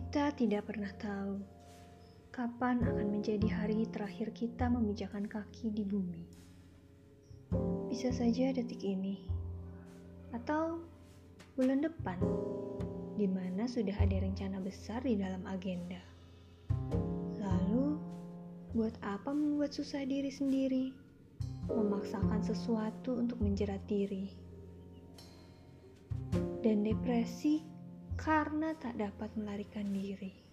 Kita tidak pernah tahu kapan akan menjadi hari terakhir kita memijakkan kaki di bumi. Bisa saja detik ini, atau bulan depan, di mana sudah ada rencana besar di dalam agenda. Lalu, buat apa membuat susah diri sendiri, memaksakan sesuatu untuk menjerat diri, dan depresi karena tak dapat melarikan diri.